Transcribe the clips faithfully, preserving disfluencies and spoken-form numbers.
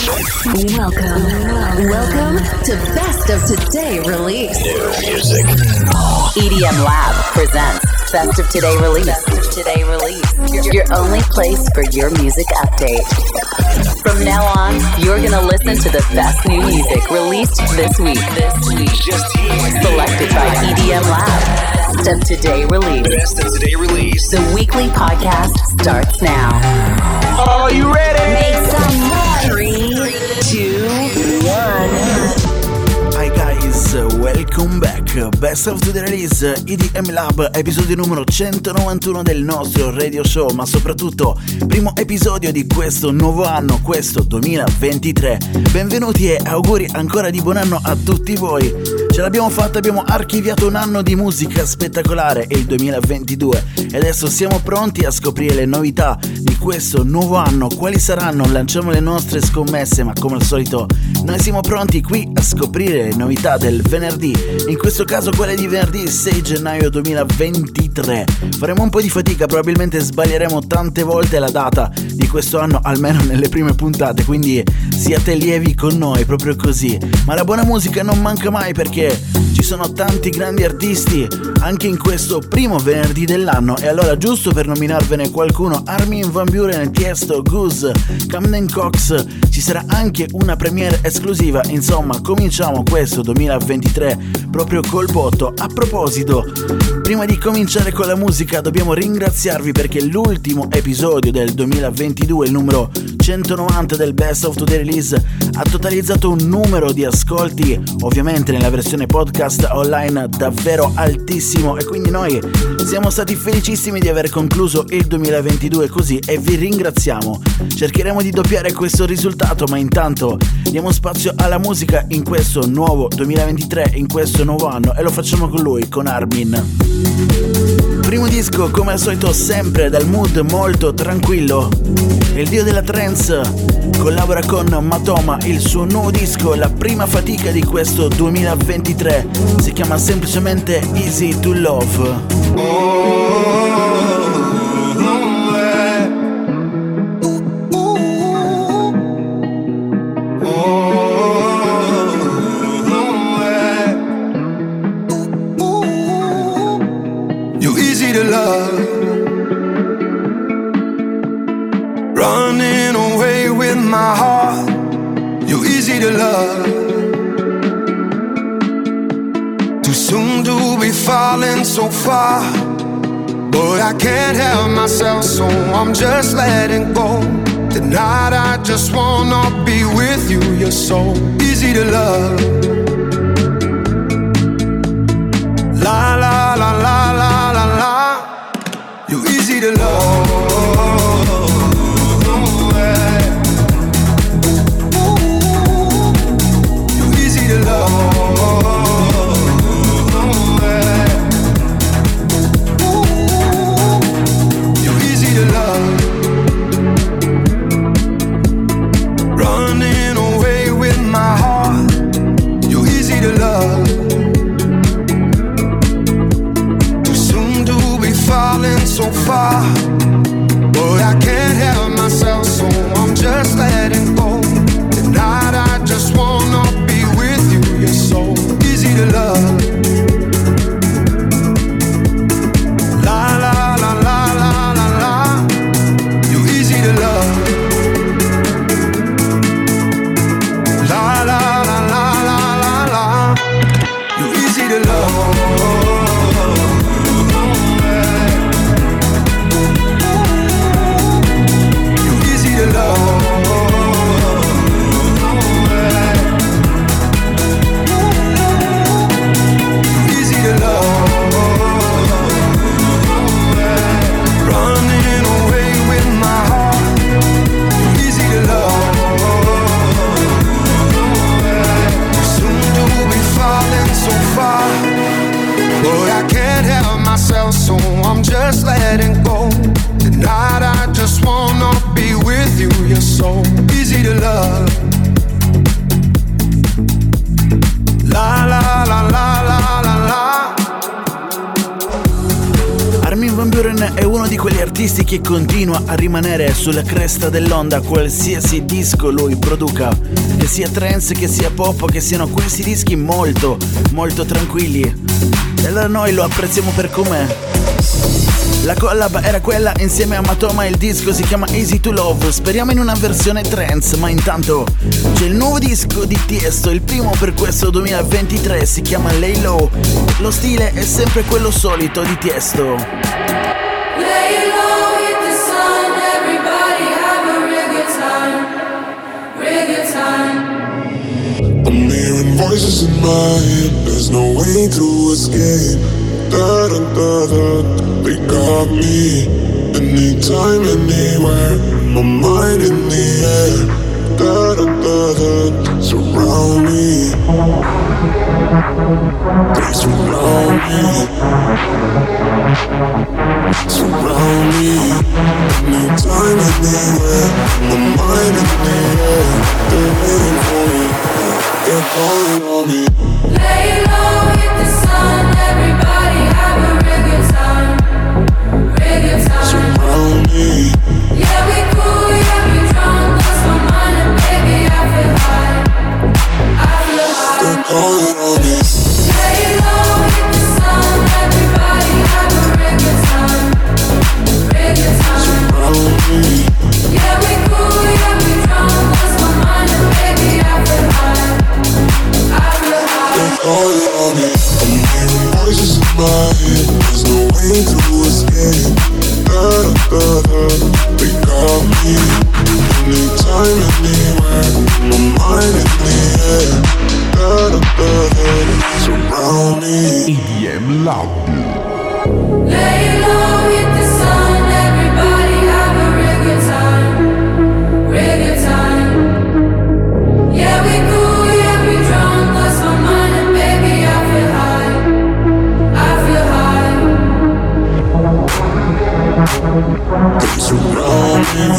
Welcome, welcome to Best of Today Release. New music. E D M Lab presents Best of Today Release. Best of Today Release. Your only place for your music update. From now on, you're gonna listen to the best new music released this week. This week, Just here. selected by E D M Lab. Best of Today Release. Best of Today Release. The weekly podcast starts now. Are you ready? Make some noise. Three, two, one. Hi guys, welcome back. Best of the Release, E D M Lab, episodio numero centonovantuno del nostro radio show, ma soprattutto primo episodio di questo nuovo anno, questo duemilaventitré. Benvenuti e auguri ancora di buon anno a tutti voi. Ce l'abbiamo fatta, abbiamo archiviato un anno di musica spettacolare, il duemilaventidue, e adesso siamo pronti a scoprire le novità di questo nuovo anno. Quali saranno? Lanciamo le nostre scommesse, ma come al solito noi siamo pronti qui a scoprire le novità del venerdì, in questo caso quelle di venerdì sei gennaio duemilaventitré. Faremo un po' di fatica, probabilmente sbaglieremo tante volte la data di questo anno, almeno nelle prime puntate, quindi siate lievi con noi, proprio così. Ma la buona musica non manca mai, perché ci sono tanti grandi artisti anche in questo primo venerdì dell'anno, e allora, giusto per nominarvene qualcuno, Armin van Buuren, Tiesto, Goose, Camden Cox, ci sarà anche una premiere esclusiva. Insomma, cominciamo questo duemilaventitré proprio col botto. A proposito, prima di cominciare con la musica dobbiamo ringraziarvi perché l'ultimo episodio del duemilaventidue, il numero centonovanta del Best of the Release, ha totalizzato un numero di ascolti, ovviamente nella versione podcast online, davvero altissimo, e quindi noi siamo stati felicissimi di aver concluso il duemilaventidue così e vi ringraziamo. Cercheremo di doppiare questo risultato, ma intanto diamo spazio alla musica in questo nuovo duemilaventitré, in questo nuovo anno, e lo facciamo con lui, con Armin. Primo disco, come al solito, sempre dal mood molto tranquillo. Il dio della trance collabora con Matoma, il suo nuovo disco, la prima fatica di questo duemilaventitré, si chiama semplicemente Easy to Love. Running away with my heart, you're easy to love. Too soon to be falling so far, but I can't help myself, so I'm just letting go. Tonight I just wanna be with you, you're so easy to love. La la la la la la la, you're easy to love. artisti che continua a rimanere sulla cresta dell'onda qualsiasi disco lui produca, che sia trance, che sia pop, che siano questi dischi molto, molto tranquilli. E allora noi lo apprezziamo per com'è. La collab era quella insieme a Matoma, il disco si chiama Easy to Love, speriamo in una versione trance, ma intanto c'è il nuovo disco di Tiesto, il primo per questo duemilaventitré, si chiama Lay Low, lo stile è sempre quello solito di Tiesto. Lay low, hit the sun, everybody have a real good time, real good time. I'm hearing voices in my head, there's no way to escape. Da da da da, they got me. Anytime, anywhere, my mind in the air. Da da da da, surround me. They surround me. Surround me. Anytime, anywhere, my mind in the air. They're waiting for me. They're calling on me. Lay low, hit the sun, everybody have a real good time, real good time. Surround me. Yeah, we cool, yeah, we drunk, lost my mind and baby I feel high, I feel high. They're calling on me. Lay low, hit the sun, everybody have a real good time, real good time. Surround me. Yeah, we cool, yeah, we drunk, lost my mind and baby I feel high, I feel high. They're calling on me. I'm hearing voices in my head. There's no way to escape. Da da da da. They got me. Anytime, anywhere. My mind in the air. Da da da da. Surround me. E D M Lab. Lay low, hit the sun, everybody have a real good time, real good time. Yeah, we cool, yeah, we drunk, lost my mind and baby I feel high, I feel high. They surround me.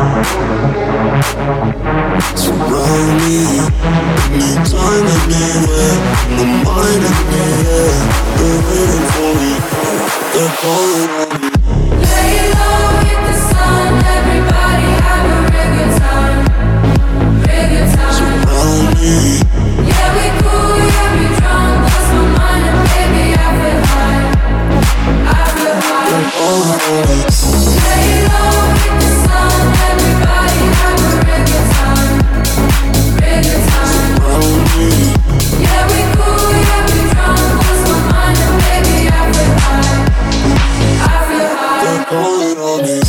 Surround me. Anytime, anywhere. My mind in the air. They're waiting for me. They're calling on me. Lay low, hit the sun, everybody have a real good time, real good time. Surround me. Yeah, we cool, yeah, we drunk, lost my mind and baby I feel high, I feel high. They're calling on me. Lay low, hit the sun, everybody have a real good time, real good time. Surround me. Yeah, we cool, yeah, we drunk, lost my mind and baby I feel high, I feel high. They're calling on me.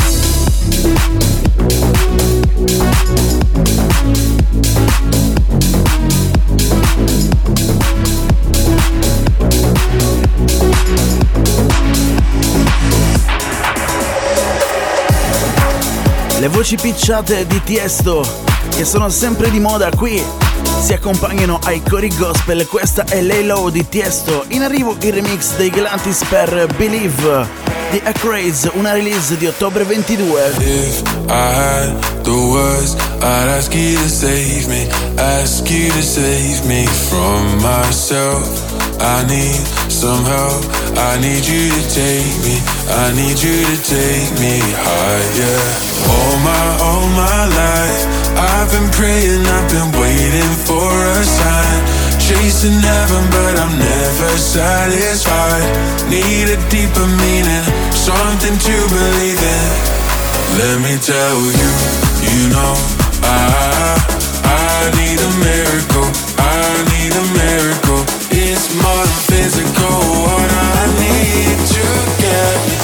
Le voci picciate di Tiesto, che sono sempre di moda qui, si accompagnano ai cori gospel. Questa è Lay Low di Tiesto. In arrivo il remix dei Galantis per Believe di A-Craze, una release di ottobre ventidue. If I had the words, I'd ask you to save me, ask you to save me from myself. I need some help, I need you to take me, I need you to take me higher. All my, all my life, I've been praying, I've been waiting for a sign, chasing heaven but I'm never satisfied. Need a deeper meaning, something to believe in. Let me tell you, you know I, I need a miracle, I need a miracle. It's more than physical, what I need to get me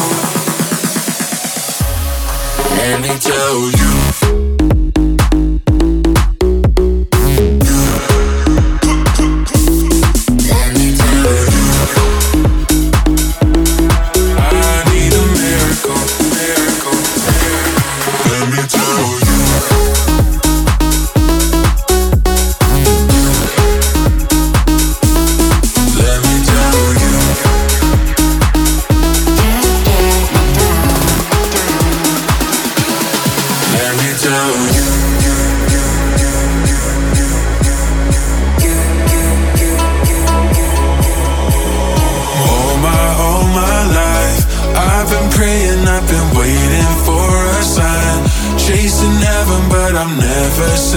through. Let me tell you.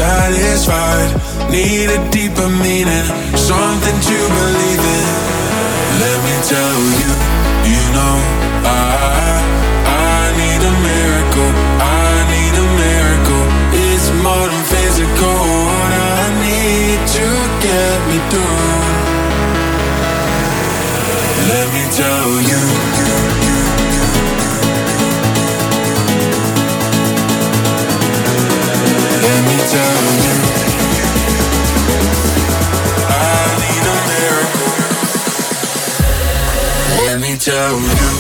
satisfied. Need a deeper meaning, something to believe in. Let me tell you, you know I, I need a miracle, I need a miracle. It's more than physical, what I need to get me through. Let me tell you, you, you, you. Let me tell you, I need a miracle. Let me tell you.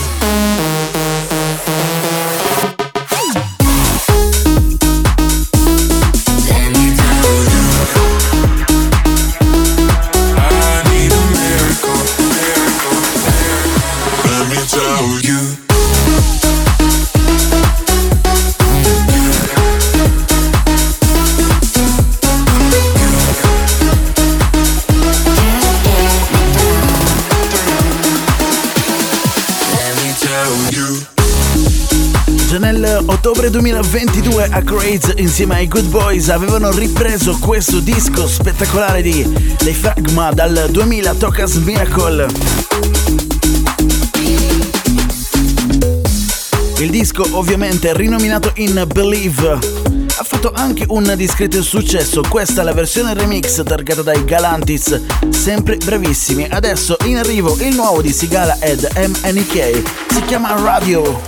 Ottobre duemilaventidue a Craze insieme ai Good Boys avevano ripreso questo disco spettacolare di dei Fragma dal duemila, Toca's Miracle. Il disco ovviamente rinominato in Believe ha fatto anche un discreto successo. Questa è la versione remix targata dai Galantis, sempre bravissimi. Adesso in arrivo il nuovo di Sigala ed M N E K, si chiama Radio,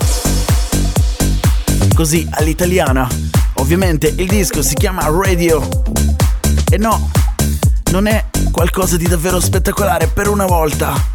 così all'italiana. Ovviamente il disco si chiama Radio e no, non è qualcosa di davvero spettacolare per una volta.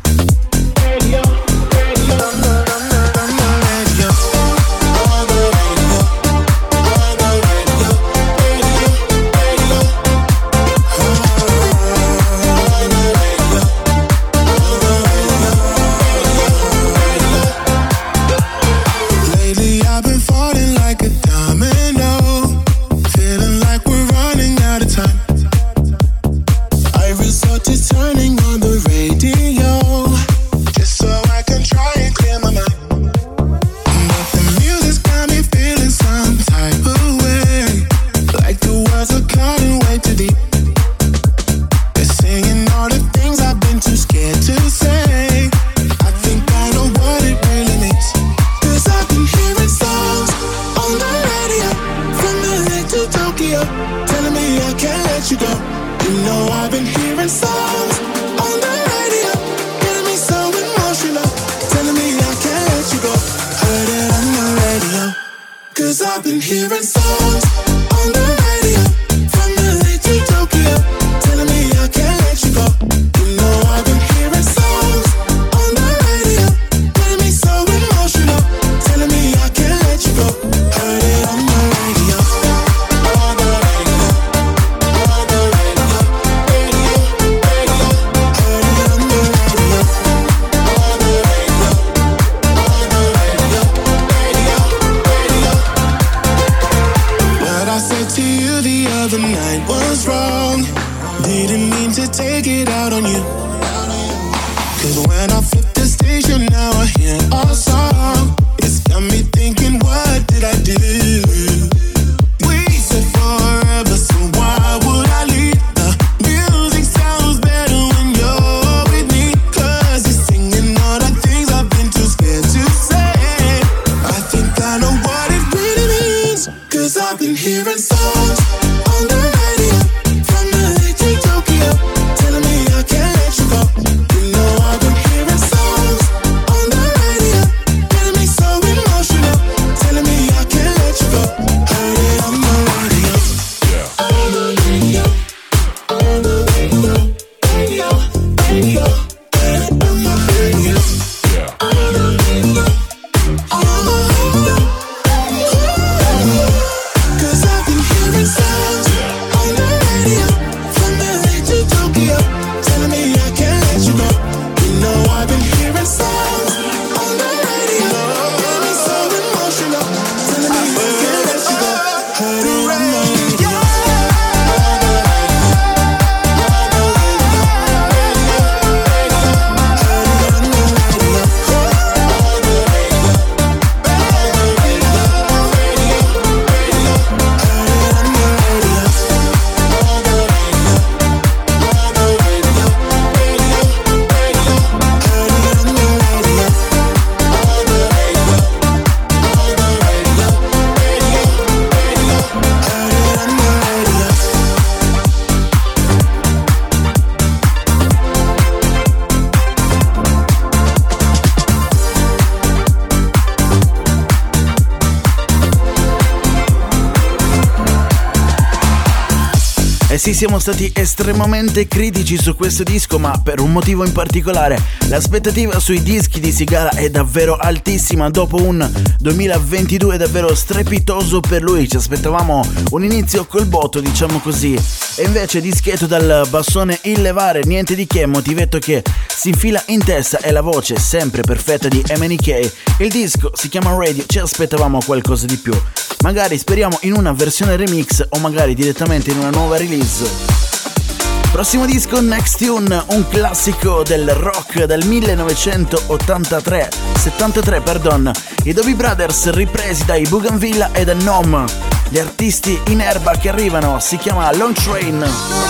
Eh sì, siamo stati estremamente critici su questo disco, ma per un motivo in particolare. L'aspettativa sui dischi di Sigala è davvero altissima. Dopo un duemilaventidue davvero strepitoso per lui, ci aspettavamo un inizio col botto, diciamo così. E invece dischetto dal bassone il levare, niente di che, motivetto che si infila in testa e la voce sempre perfetta di M N K. Il disco si chiama Radio, ci aspettavamo qualcosa di più. Magari speriamo in una versione remix o magari direttamente in una nuova release. Prossimo disco, Next Tune, un classico del rock del millenovecentottantatré settantatré, pardon. I Doobie Brothers ripresi dai Bougainville e da Nom. Gli artisti in erba che arrivano, si chiama Long Train.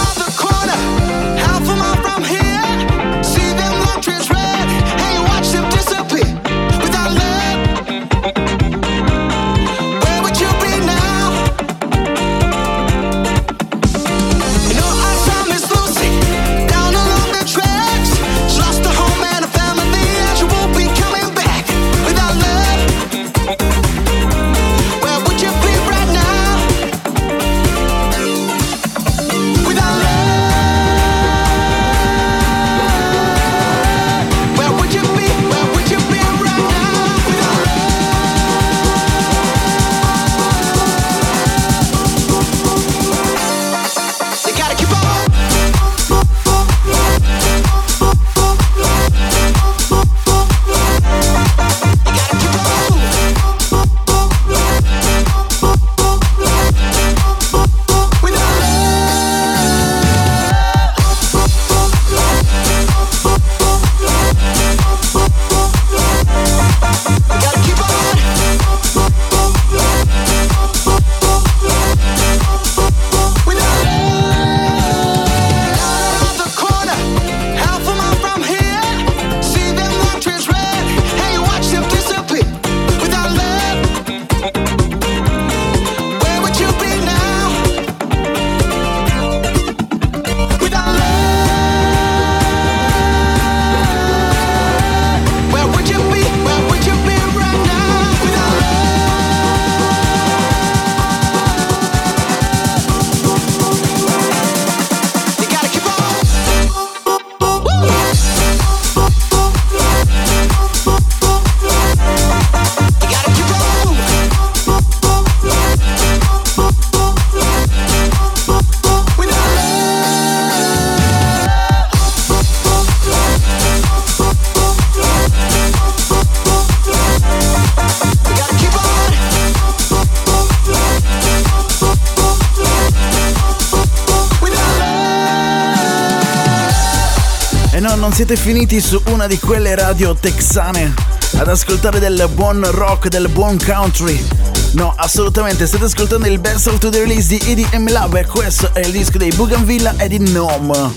Non siete finiti su una di quelle radio texane ad ascoltare del buon rock, del buon country. No, assolutamente, state ascoltando il Best of the Release di E D M Lab e questo è il disco dei Bougainville e di Nom.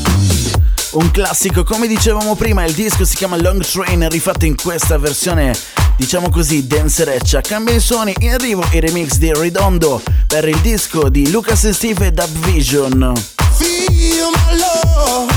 Un classico, come dicevamo prima, il disco si chiama Long Train, rifatto in questa versione, diciamo così, dancereccia. Cambiano i suoni, in arrivo i remix di Redondo per il disco di Lucas and Steve e Dub Vision. Feel my love.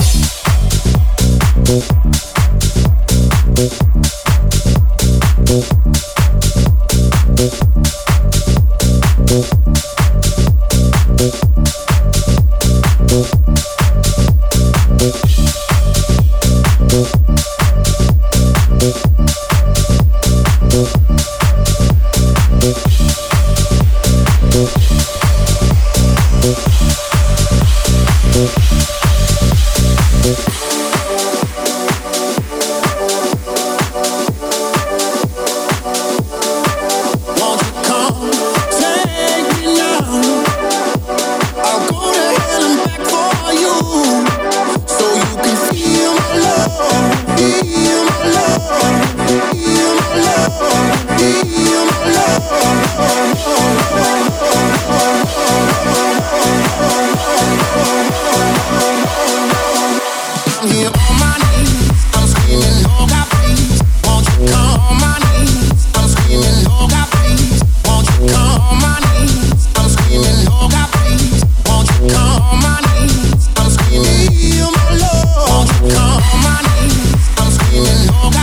Oh, God.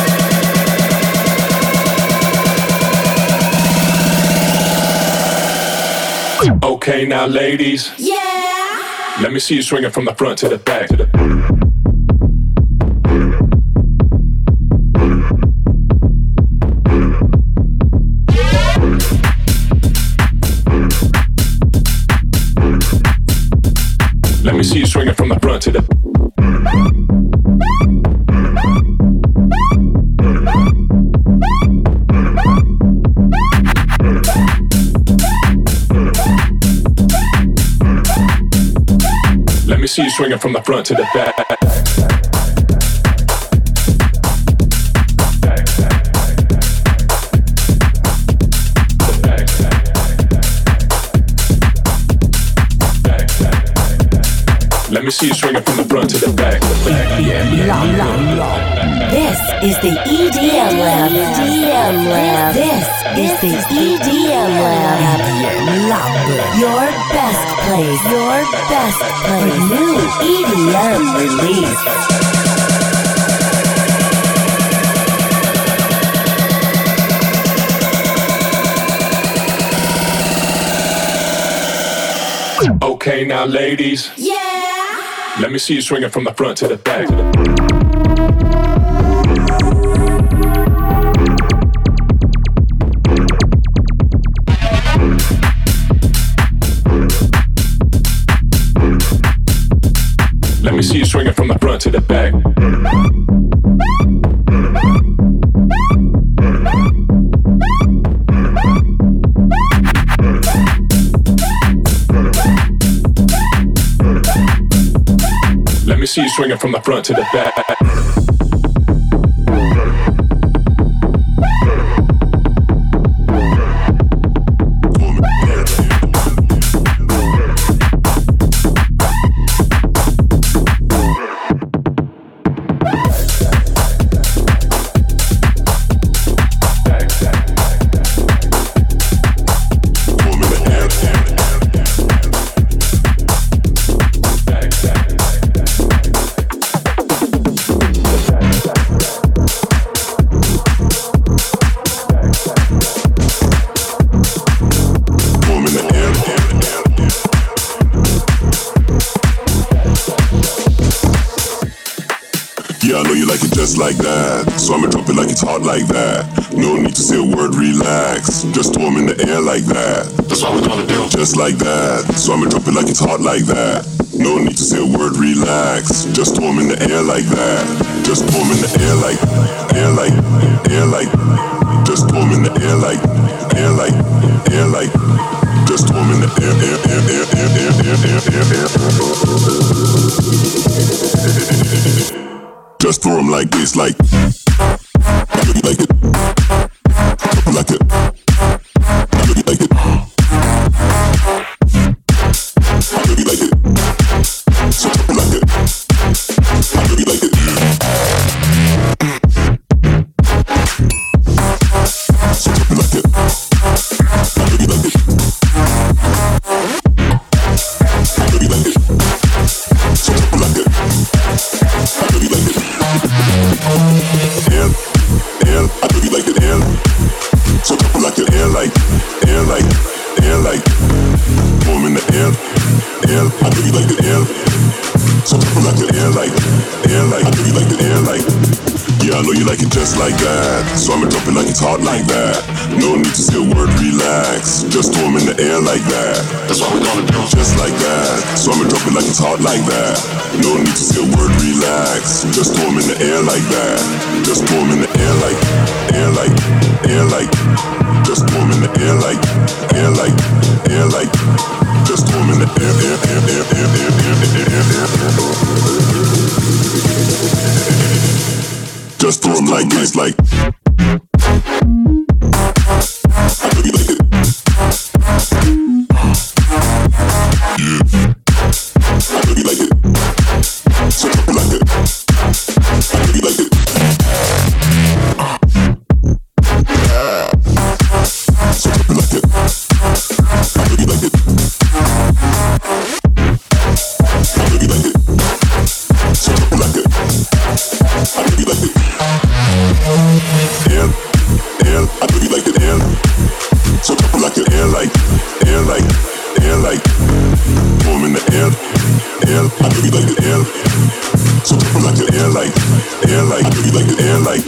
Okay, now ladies. Yeah. Let me see you swing it from the front to the back. To the Let me see you swing it from the front to the Let me see you swing it from the front to the back. Let me see you swing it from the front to the back. This is the E D M Lab. E D M Lab. This is the E D M Lab. E D M Lab. Your best place. Your best place. New E D M release. Okay, now ladies. Yeah. Let me see you swing it from the front to the back. Let me see you swing it from the front to the back. Let me see you swing it from the front to the back. Like that, so I'ma drop it like it's hot like that. No need to say a word, relax. Just throw 'em in the air like that. That's what we're gonna do. Just like that, so I'ma drop it like it's hot like that. No need to say a word, relax. Just throw 'em in the air like that. Just throw 'em in the air like, air like, air like. Just throw 'em in the air like, air like, air like. Just throw 'em in the air, air, air, air, air, air, air, air, air, air. Just throw 'em like this, like, like it, like it, like it, like it, so like it, like it, so like it, like it, like it, so like it. Air, air, I know you like it, air. So couple like it, air like, air like, air like. Boom in the air, air, I know you like it, air. So couple like it, air like, air like, I know you like it, air like. Yeah, I know you like it just like that. So I'ma drop it like it's hot like that. No need to say a word, relax. Just throw 'em in the air like that. That's what we're gonna do. Just like that. So I'ma drop it like it's hot like that. No need to say a word, relax. Just throw 'em in the air like that. Just throw 'em in the air like, air like, air like. Just throw 'em in the air like, air like, air like. Just throw 'em in the air, air, air, air, air, air, air, air, air, air. Just throw 'em like this, like. I know you like it. Yeah. I know you like it. So you like it. I know you like it. So you like it. I know you like it. do you like the air? So people like the air like, air like, do you like the air like?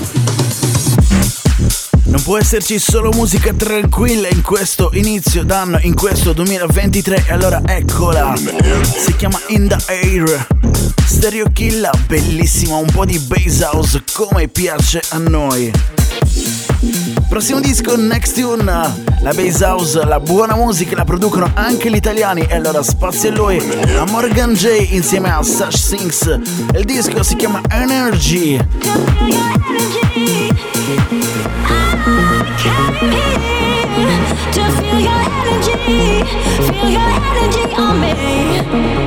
Non può esserci solo musica tranquilla in questo inizio d'anno, in questo duemilaventitré, e allora eccola, si chiama In The Air, Stereo Killa, bellissima, un po' di bass house come piace a noi. Prossimo disco, Next Tune, la bass house, la buona musica la producono anche gli italiani, e allora spazio a lui, a Morgan J insieme a Sash Sings, il disco si chiama Energy. To feel your energy, feel your energy on me.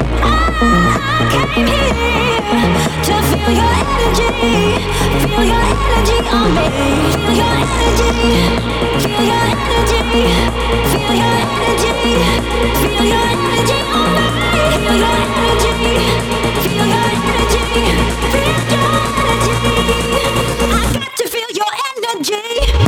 I came here to feel your energy, feel your energy on me. Feel your energy, feel your energy, feel your energy, feel your energy on me. Feel your energy, feel your energy, feel your energy. I got to feel your energy.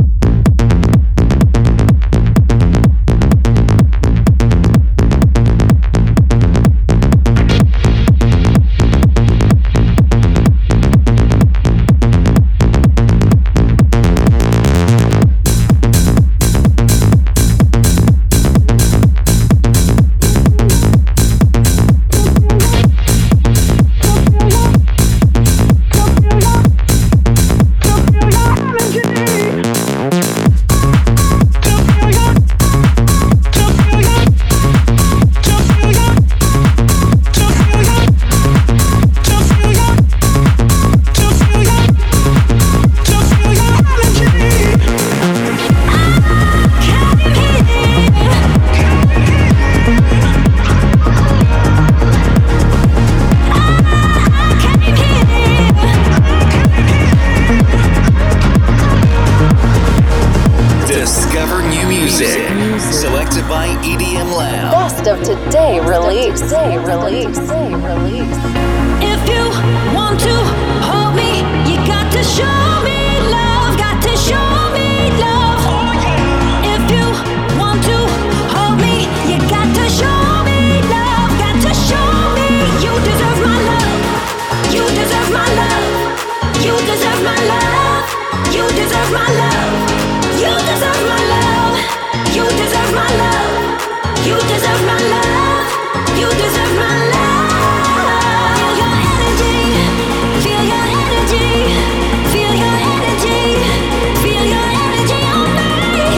Feel your energy on me.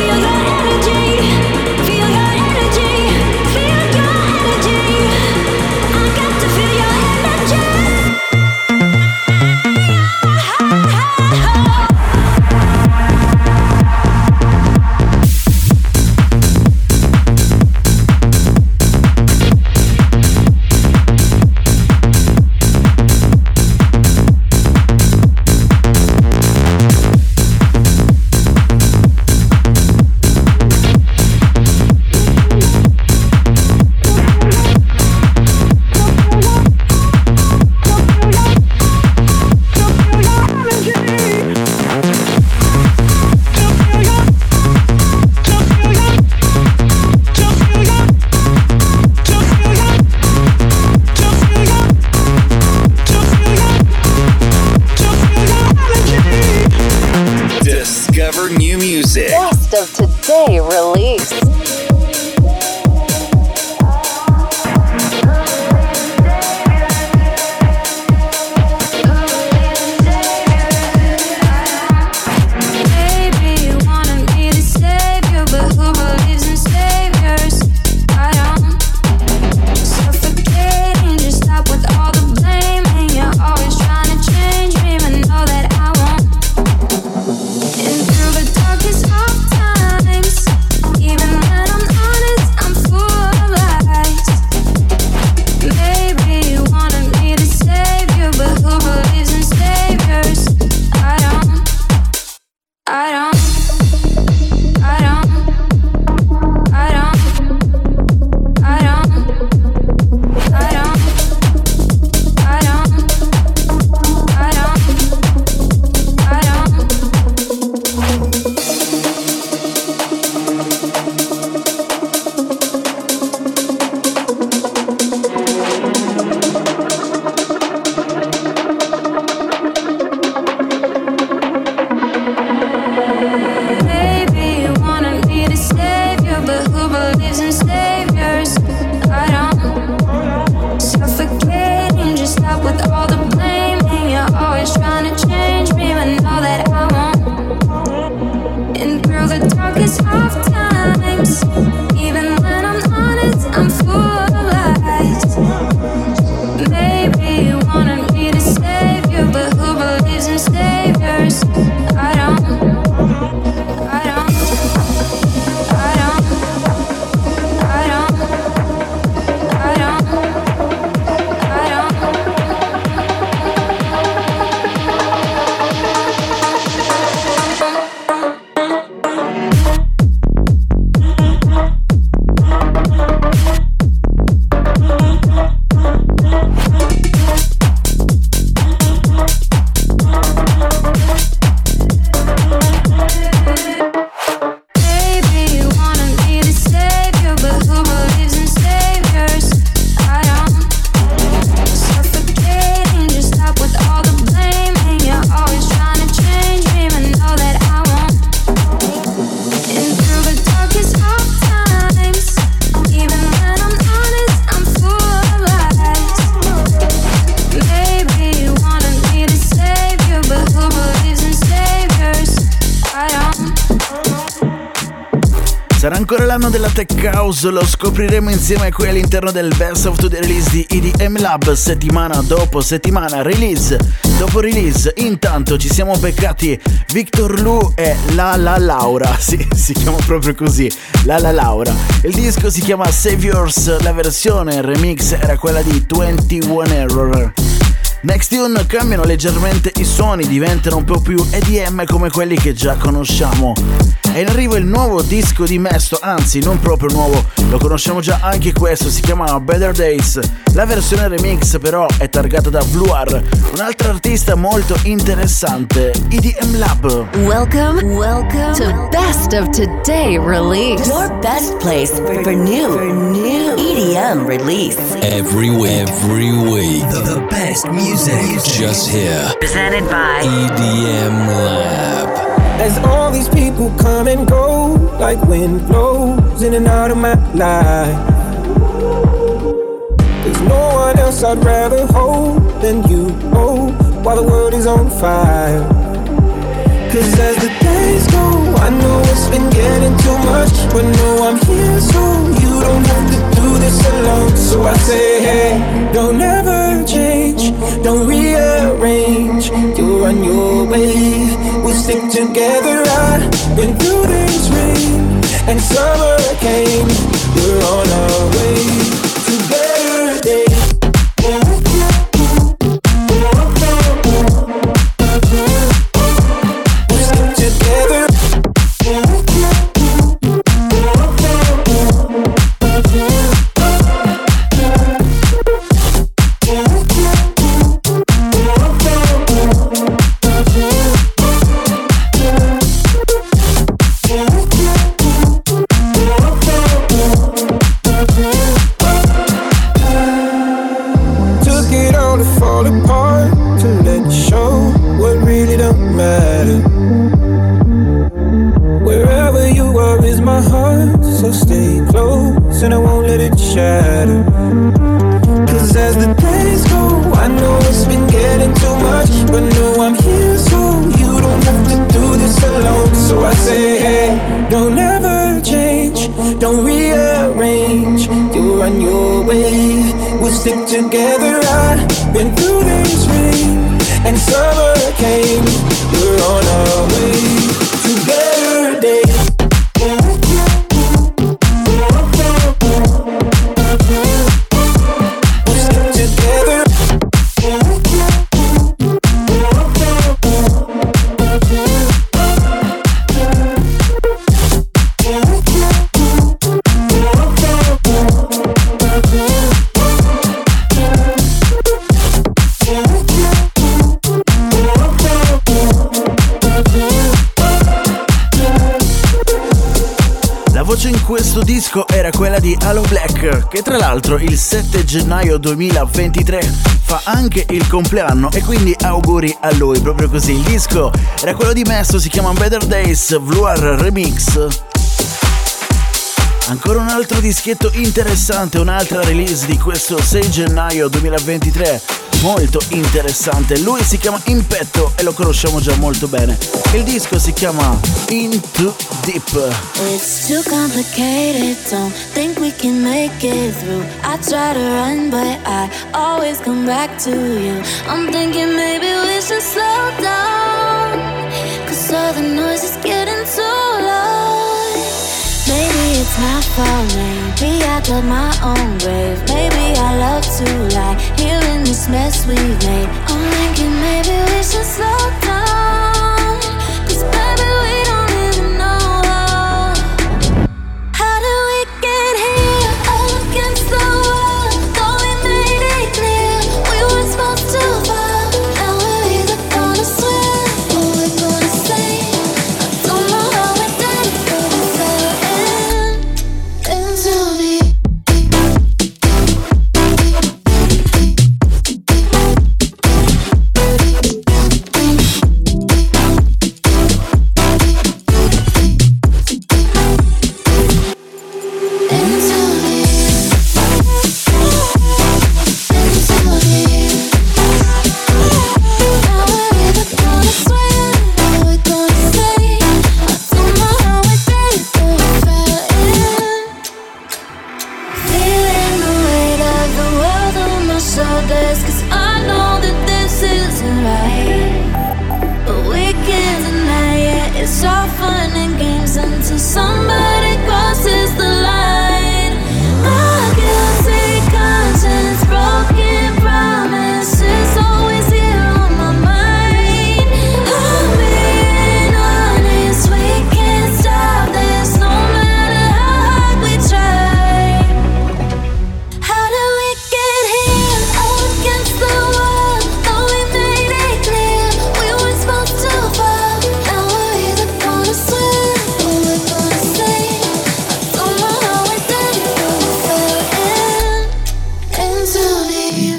ancora l'anno della Tech House, lo scopriremo insieme qui all'interno del Best of the Release di E D M Lab, settimana dopo settimana, release dopo release. Intanto ci siamo beccati Victor Lu e La La Laura, sì, si chiama proprio così, La La Laura. Il disco si chiama Saviors, la versione remix era quella di ventuno Error. Next Tune cambiano leggermente i suoni, diventano un po' più E D M come quelli che già conosciamo. È in arrivo il nuovo disco di Mesto, anzi non proprio nuovo, lo conosciamo già anche questo, si chiama Better Days. La versione remix però è targata da Vluar, un altro artista molto interessante, E D M Lab. Welcome, welcome to Best of Today Release. Your best place for, for new, for new E D M release. Every week, every week, the, the best music just here. Presented by E D M Lab. As all these people come and go, like wind blows in and out of my life, there's no one else I'd rather hold than you, oh, while the world is on fire. Cause as the days go, I know it's been getting too much, but no, I'm here so you don't have to do this alone. So I say, hey, don't ever change, don't rearrange, you're on your way, we'll stick together. I've been through this rain and summer came, we're on our way to better days. And I won't let it shatter. Cause as the days go, I know it's been getting too much, but no, I'm here so you don't have to do this alone. So I say, hey, don't ever change, don't rearrange, you're on your way, we'll stick together. I've been through this rain and summer came, we're on our way to better days. In questo disco era quella di Aloe Blacc, che tra l'altro il sette gennaio duemilaventitré fa anche il compleanno, e quindi auguri a lui, proprio così. Il disco era quello di Mesto, si chiama Better Days, Vluar Remix. Ancora un altro dischetto interessante, un'altra release di questo sei gennaio duemilaventitré, molto interessante. Lui si chiama Impetto e lo conosciamo già molto bene. Il disco si chiama Into Deep. It's too complicated, don't think we can make it through. I try to run but I always come back to you. I'm thinking maybe we should slow down, cause all the noise is getting too loud. Maybe it's my fault, maybe I dug my own grave. Maybe I love to lie here in this mess we've made. I'm thinking maybe we should slow down, cause baby we don't even know how. How did we get here, all against the wall? Thought we made it clear, we were supposed to fall. Now we're either gonna swim or we're gonna sink. I don't know how we did it, but we fell in, into the shoulders, 'cause I know that this isn't right. But we can't deny it. It's all fun and games until somebody crosses the line. My guilty conscience, broken promises, always here on my mind. I'm being honest, we can't stop this no matter how hard we try. How do we get here? Up against the wall, thought we made it clear we were supposed to fall. Now we're either gonna swim or we're gonna sink. I don't know how we did it, but we fell in into the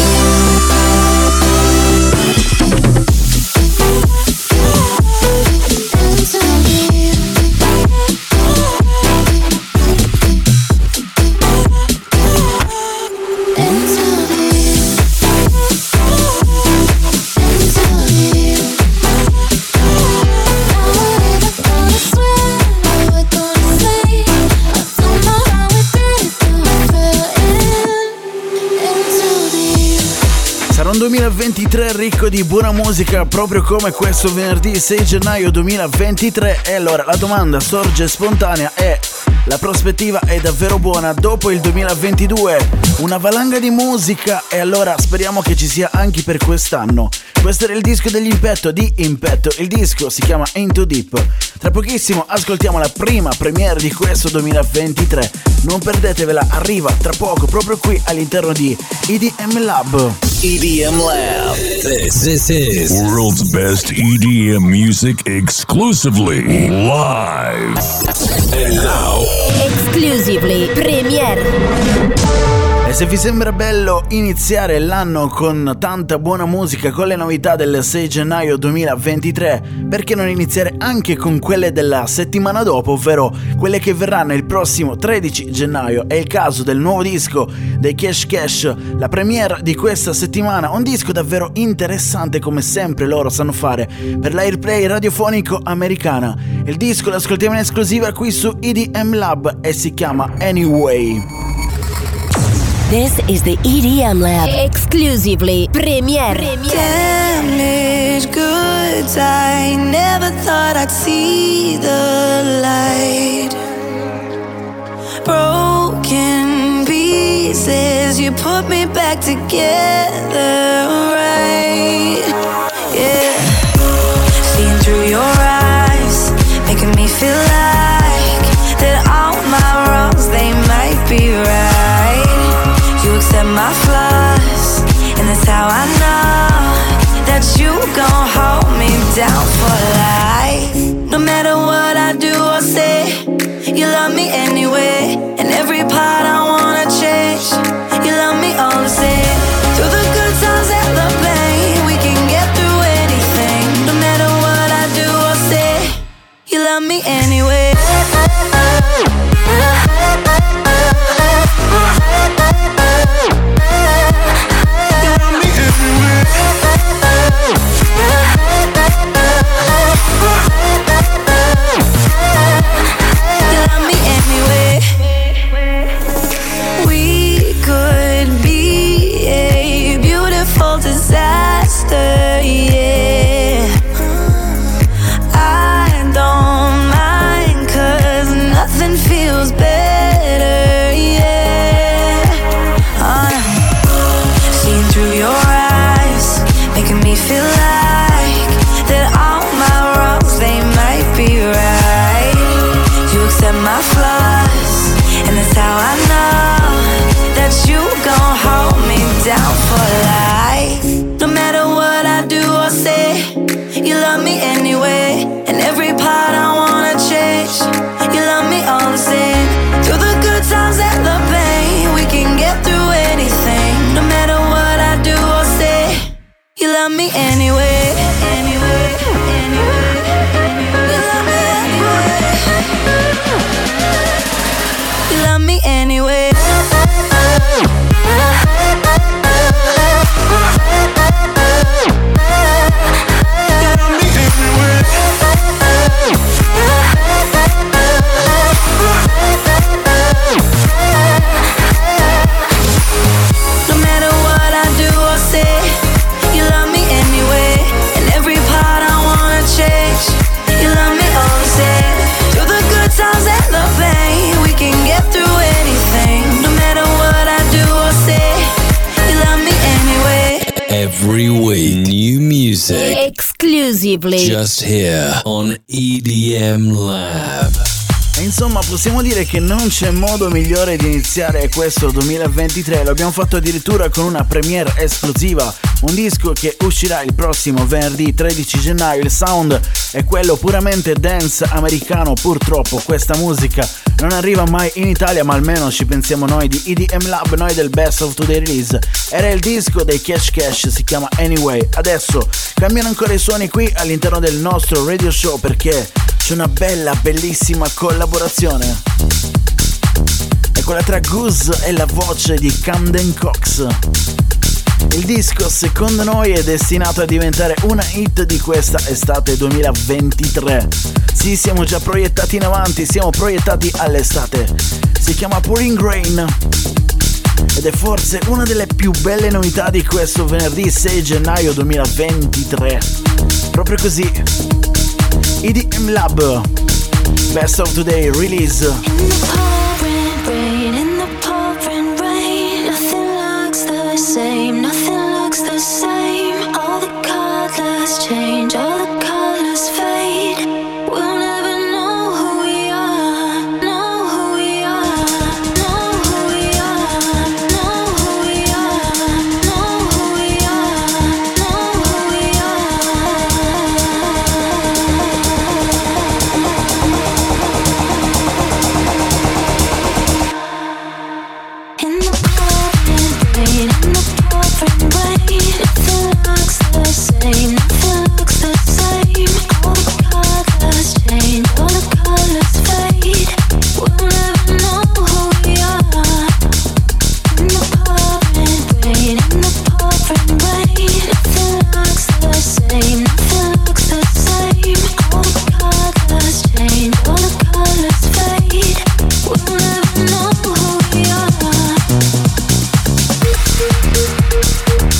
Sarà un duemilaventitré ricco di buona musica, proprio come questo venerdì sei gennaio duemilaventitré. E allora la domanda sorge spontanea: è la prospettiva è davvero buona dopo il duemilaventidue? Una valanga di musica, e allora speriamo che ci sia anche per quest'anno. Questo era il disco degli Impetto, di Impetto, il disco si chiama Into Deep. Tra pochissimo ascoltiamo la prima premiere di questo duemilaventitré. Non perdetevela, arriva tra poco proprio qui all'interno di E D M Lab. E D M Lab. This, this is World's best E D M music exclusively live. And now, Exclusively Premiere. E se vi sembra bello iniziare l'anno con tanta buona musica, con le novità del sei gennaio duemilaventitré, perché non iniziare anche con quelle della settimana dopo, ovvero quelle che verranno il prossimo tredici gennaio? È il caso del nuovo disco dei Cash Cash, la premiere di questa settimana, un disco davvero interessante come sempre loro sanno fare per l'airplay radiofonico americana. Il disco lo ascoltiamo in esclusiva qui su E D M Lab e si chiama Anyway. This is the E D M Lab. Exclusively Premiere. damaged goods. I never thought I'd see the light. Broken pieces, you put me back together, right? Yeah. Seeing through your eyes, making me feel like that all my wrongs, they might be right. You accept my flaws, and that's how I know that you gon' hold me down for life. No matter what I do or say, you love me anyway, and every part I wanna change, you love me all the same. Through the good times and the pain, we can get through anything. No matter what I do or say, you love me anyway. Disaster, yeah. I don't mind, 'cause nothing feels better, yeah. uh, Seeing through your eyes, making me feel like that all my wrongs, they might be right. You accept my flaws, and that's how I know that you gon' hold me down for life. No matter what I do or say, you love me anyway, and every part I wanna change, you love me all the same. Through the good times and the pain, we can get through anything. No matter what I do or say, you love me anyway. Anyway, anyway, you love me anyway. You love me anyway. No matter what Every week, new music. Exclusively. Just here on E D M Lab. E insomma possiamo dire che non c'è modo migliore di iniziare questo duemilaventitré. Lo abbiamo fatto addirittura con una premiere esclusiva, un disco che uscirà il prossimo venerdì tredici gennaio. Il sound è quello puramente dance americano. Purtroppo questa musica non arriva mai in Italia, ma almeno ci pensiamo noi di E D M Lab, noi del Best of Today Release. Era il disco dei Cash Cash, si chiama Anyway. Adesso cambiano ancora i suoni qui all'interno del nostro radio show, perché c'è una bella, bellissima collaborazione. È quella tra Goose e la voce di Camden Cox. Il disco secondo noi è destinato a diventare una hit di questa estate duemilaventitré. Sì, siamo già proiettati in avanti, siamo proiettati all'estate. Si chiama Pouring Rain ed è forse una delle più belle novità di questo venerdì sei gennaio duemilaventitré. Proprio così. E D M Lab, Best of Today Release. In the pouring rain, in the pouring rain, nothing looks the same, nothing looks the same. All the colors change, all the colors fade. We'll never know who we are, know who we are, know who we are, know who we are, know who we are, know who we In the pouring rain, in the pouring rain, nothing looks the same, nothing looks the same. All the colors change, all the colors fade. We'll never know who we are. In the pouring rain, in the pouring rain, nothing looks the same, nothing looks the same. All the colors change, all the colors fade. We'll never know who we are.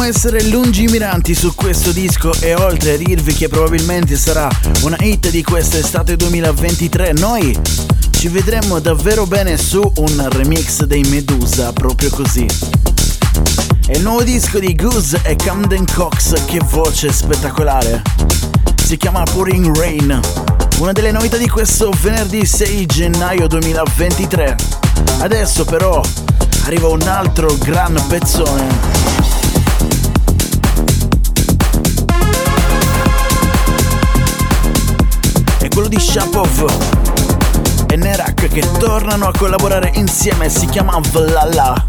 Vogliamo essere lungimiranti su questo disco e oltre a dirvi che probabilmente sarà una hit di quest'estate duemilaventitré, noi ci vedremo davvero bene su un remix dei Medusa, proprio così. È il nuovo disco di Goose e Camden Cox, che voce spettacolare. Si chiama Pouring Rain, una delle novità di questo venerdì sei gennaio duemilaventitré. Adesso però arriva un altro gran pezzone. È quello di Shapov e Nerak che tornano a collaborare insieme, si chiama Vlala.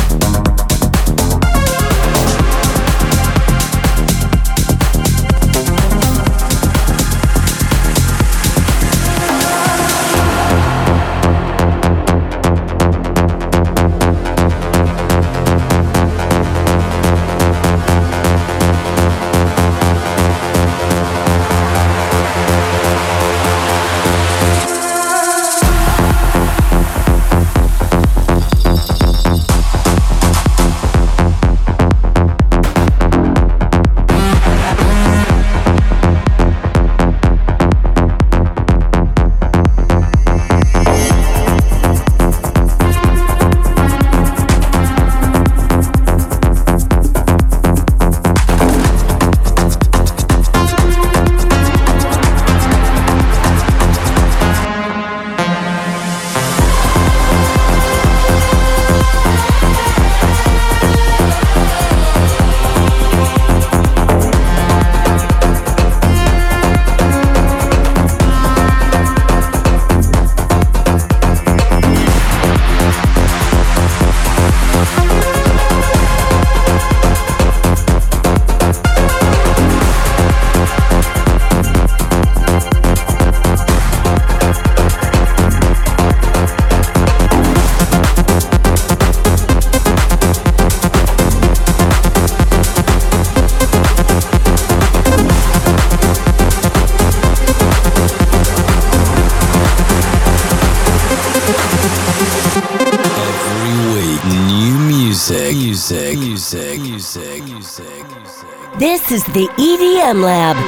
Music, music, music, music. This is the E D M Lab.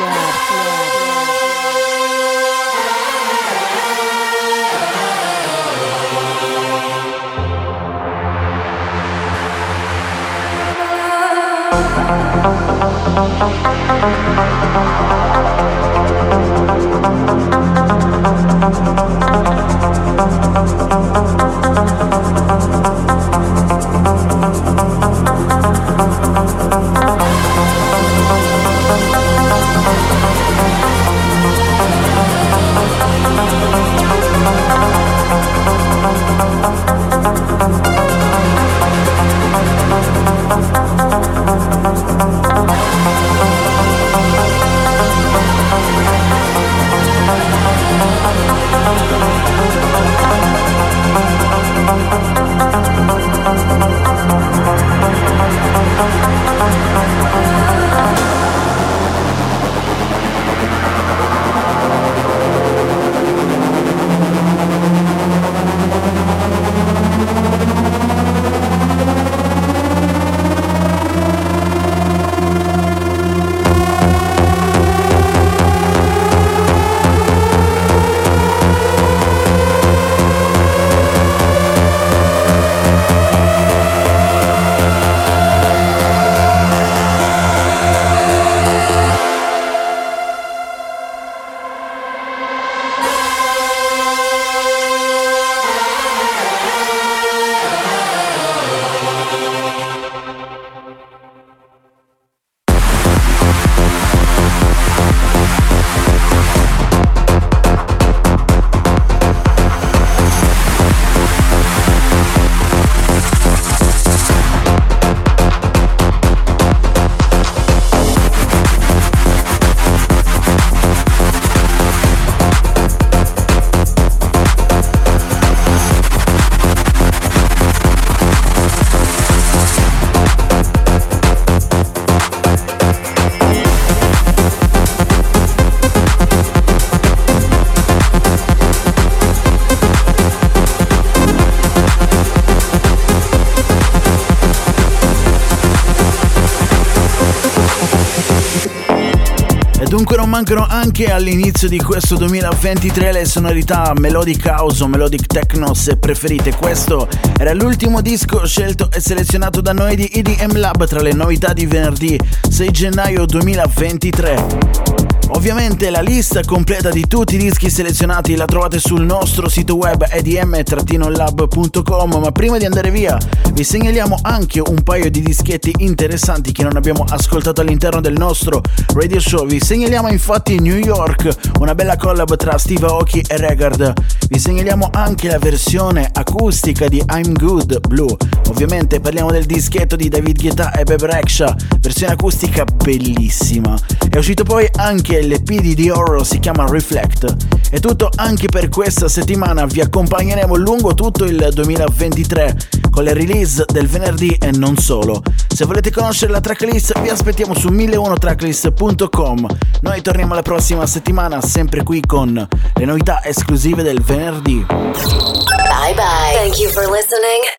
Dunque non mancano anche all'inizio di questo duemilaventitré le sonorità melodic house o melodic techno se preferite. Questo era l'ultimo disco scelto e selezionato da noi di E D M Lab tra le novità di venerdì sei gennaio duemilaventitré. Ovviamente la lista completa di tutti i dischi selezionati la trovate sul nostro sito web e d m lab punto com, ma prima di andare via vi segnaliamo anche un paio di dischetti interessanti che non abbiamo ascoltato all'interno del nostro radio show. Vi segnaliamo infatti New York, una bella collab tra Steve Aoki e Regard. Vi segnaliamo anche la versione acustica di I'm Good Blue. Ovviamente parliamo del dischetto di David Guetta e Bebe Rexha, versione acustica bellissima. È uscito poi anche l'E P di Dior, si chiama Reflect. È tutto anche per questa settimana, vi accompagneremo lungo tutto il duemilaventitré con le release del venerdì e non solo. Se volete conoscere la tracklist vi aspettiamo su mille uno tracklist punto com. Noi torniamo la prossima settimana sempre qui con le novità esclusive del venerdì. Bye bye. Thank you for listening.